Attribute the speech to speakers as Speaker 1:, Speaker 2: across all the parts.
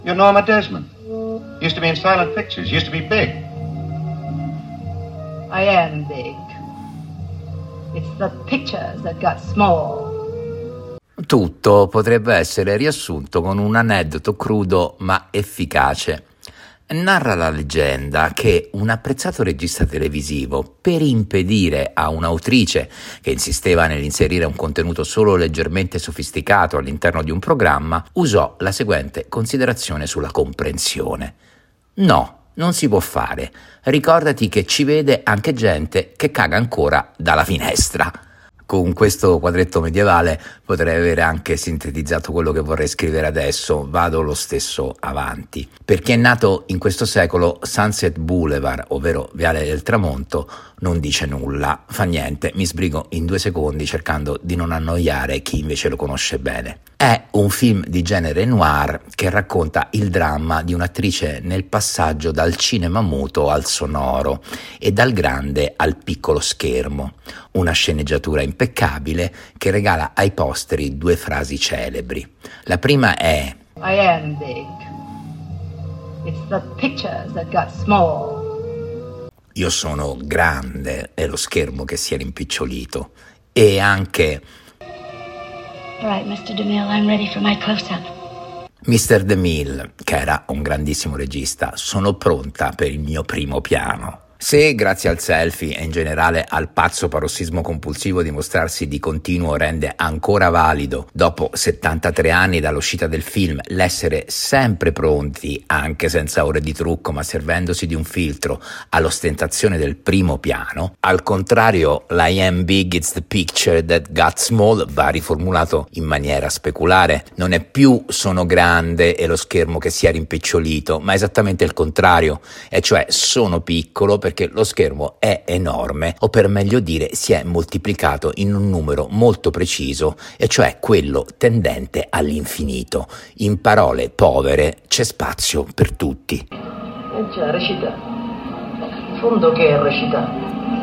Speaker 1: You're Norma Desmond. Used to be in silent pictures, used to be big.
Speaker 2: I am big. It's the pictures that got small.
Speaker 3: Tutto potrebbe essere riassunto con un aneddoto crudo ma efficace. Narra la leggenda che un apprezzato regista televisivo, per impedire a un'autrice che insisteva nell'inserire un contenuto solo leggermente sofisticato all'interno di un programma, usò la seguente considerazione sulla comprensione. No, non si può fare. Ricordati che ci vede anche gente che caga ancora dalla finestra. Con questo quadretto medievale potrei avere anche sintetizzato quello che vorrei scrivere adesso, vado lo stesso avanti. Per chi è nato in questo secolo, Sunset Boulevard, ovvero Viale del Tramonto, non dice nulla, fa niente, mi sbrigo in 2 secondi cercando di non annoiare chi invece lo conosce bene. È un film di genere noir che racconta il dramma di un'attrice nel passaggio dal cinema muto al sonoro e dal grande al piccolo schermo. Una sceneggiatura impeccabile che regala ai posteri 2 frasi celebri. La prima è
Speaker 2: I am big. It's the pictures that got small.
Speaker 3: io sono grande, è lo schermo che si è rimpicciolito. E anche
Speaker 4: All right, Mr. DeMille, I'm ready for my close-up.
Speaker 3: Mr. DeMille, che era un grandissimo regista, sono pronta per il mio primo piano. Se grazie al selfie e in generale al pazzo parossismo compulsivo di mostrarsi di continuo rende ancora valido, dopo 73 anni dall'uscita del film, l'essere sempre pronti, anche senza ore di trucco ma servendosi di un filtro, all'ostentazione del primo piano, al contrario l'I am big, it's the picture that got small va riformulato in maniera speculare. Non è più sono grande e lo schermo che si è rimpicciolito, ma esattamente il contrario, e cioè sono piccolo perché lo schermo è enorme, o per meglio dire si è moltiplicato in un numero molto preciso, e cioè quello tendente all'infinito. In parole povere c'è spazio per tutti.
Speaker 5: Già, recita. In fondo che è recitare?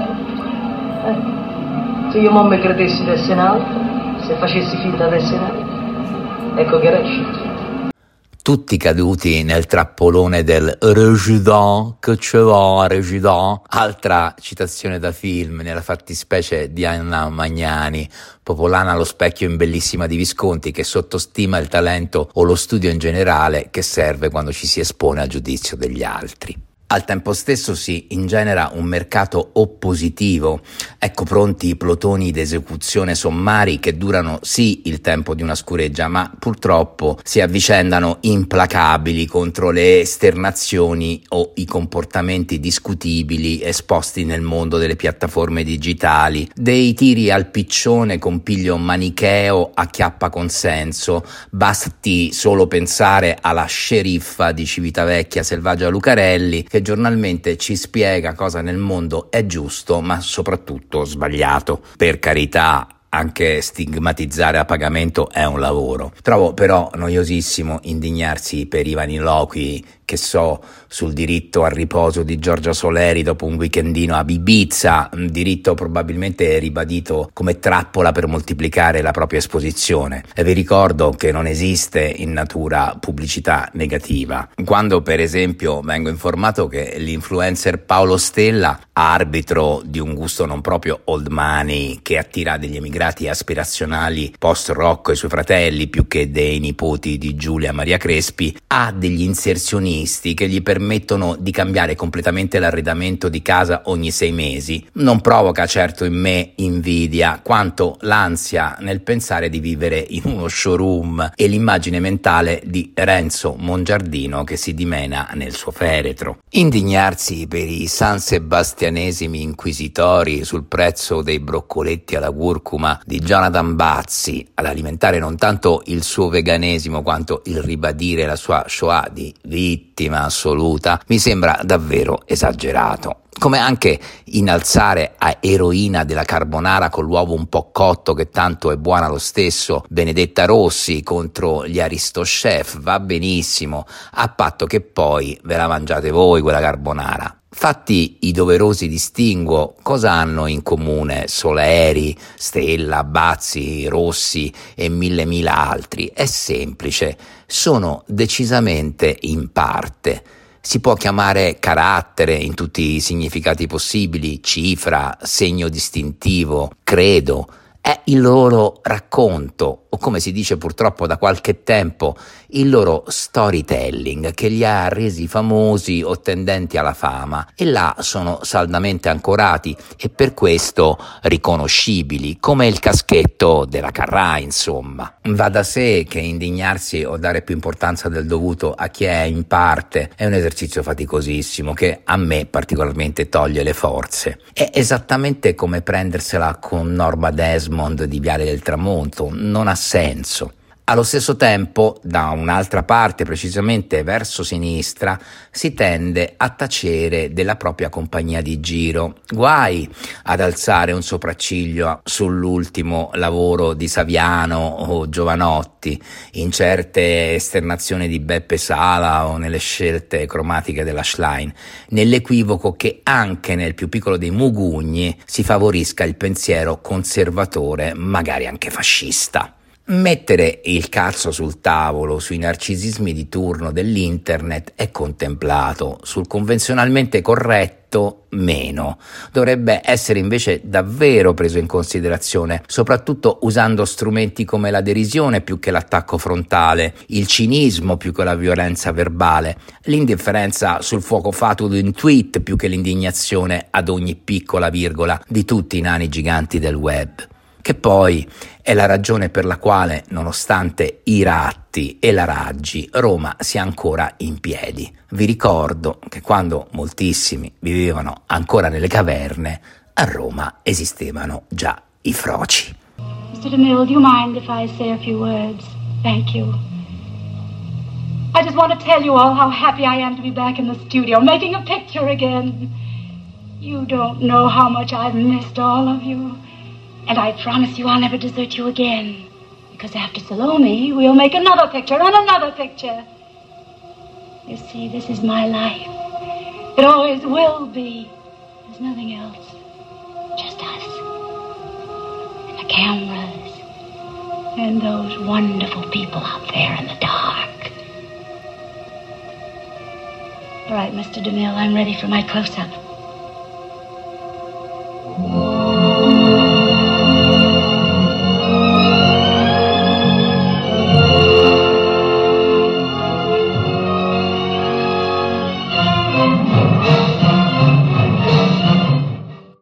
Speaker 5: Se io non mi credessi di essere alto, se facessi finta di essere alto, ecco che recito.
Speaker 3: Tutti caduti nel trappolone del recita, che ce va, recita. Altra citazione da film, nella fattispecie di Anna Magnani, popolana allo specchio in Bellissima di Visconti, che sottostima il talento o lo studio in generale che serve quando ci si espone al giudizio degli altri. Al tempo stesso si ingenera un mercato oppositivo, ecco pronti i plotoni d'esecuzione sommari che durano sì il tempo di una scureggia, ma purtroppo si avvicendano implacabili contro le esternazioni o i comportamenti discutibili esposti nel mondo delle piattaforme digitali, dei tiri al piccione con piglio manicheo a chiappa consenso. Basti solo pensare alla sceriffa di Civitavecchia Selvaggia Lucarelli, che giornalmente ci spiega cosa nel mondo è giusto ma soprattutto sbagliato. Per carità, anche stigmatizzare a pagamento è un lavoro. Trovo però noiosissimo indignarsi per i vaniloqui, che so, sul diritto al riposo di Giorgia Soleri dopo un weekendino a Ibiza, un diritto probabilmente ribadito come trappola per moltiplicare la propria esposizione. E vi ricordo che non esiste in natura pubblicità negativa. Quando per esempio vengo informato che l'influencer Paolo Stella, arbitro di un gusto non proprio old money che attira degli emigrati aspirazionali post-Rocco e suoi fratelli più che dei nipoti di Giulia Maria Crespi, ha degli inserzionisti che gli permettono di cambiare completamente l'arredamento di casa ogni 6 mesi, non provoca certo in me invidia quanto l'ansia nel pensare di vivere in uno showroom e l'immagine mentale di Renzo Mongiardino che si dimena nel suo feretro. Indignarsi per i san sebastianesimi inquisitori sul prezzo dei broccoletti alla curcuma di Jonathan Bazzi, ad alimentare non tanto il suo veganesimo quanto il ribadire la sua Shoah di vittima assoluta, mi sembra davvero esagerato. Come anche innalzare a eroina della carbonara con l'uovo un po' cotto, che tanto è buona lo stesso, Benedetta Rossi contro gli Aristochef, va benissimo, a patto che poi ve la mangiate voi quella carbonara. Fatti i doverosi distinguo, cosa hanno in comune Soleri, Stella, Bazzi, Rossi e mille altri? È semplice. sono decisamente in parte. Si può chiamare carattere in tutti i significati possibili, cifra, segno distintivo, credo. È il loro racconto, o come si dice purtroppo da qualche tempo, il loro storytelling che li ha resi famosi o tendenti alla fama, e là sono saldamente ancorati e per questo riconoscibili, come il caschetto della Carrà, insomma. Va da sé che indignarsi o dare più importanza del dovuto a chi è in parte è un esercizio faticosissimo che a me particolarmente toglie le forze. È esattamente come prendersela con Norma Desmond di Viale del Tramonto, non ha senso. Allo stesso tempo, da un'altra parte, precisamente verso sinistra, si tende a tacere della propria compagnia di giro. Guai ad alzare un sopracciglio sull'ultimo lavoro di Saviano o Giovanotti, in certe esternazioni di Beppe Sala o nelle scelte cromatiche della Schlein, nell'equivoco che anche nel più piccolo dei mugugni si favorisca il pensiero conservatore, magari anche fascista. Mettere il cazzo sul tavolo sui narcisismi di turno dell'internet è contemplato, sul convenzionalmente corretto meno. Dovrebbe essere invece davvero preso in considerazione, soprattutto usando strumenti come la derisione più che l'attacco frontale, il cinismo più che la violenza verbale, l'indifferenza sul fuoco fatuo di un tweet più che l'indignazione ad ogni piccola virgola di tutti i nani giganti del web. Che poi è la ragione per la quale, nonostante i ratti e la Raggi, Roma sia ancora in piedi. Vi ricordo che quando moltissimi vivevano ancora nelle caverne, a Roma esistevano già i froci.
Speaker 4: Mr. DeMille, do you mind if I say a few words? Thank you. I just want to tell you all how happy I am to be back in the studio, making a picture again. You don't know how much I've missed all of you. And I promise you I'll never desert you again. Because after Salome, we'll make another picture and another picture. You see, this is my life. It always will be. There's nothing else. Just us. And the cameras. And those wonderful people out there in the dark. All right, Mr. DeMille, I'm ready for my close-up.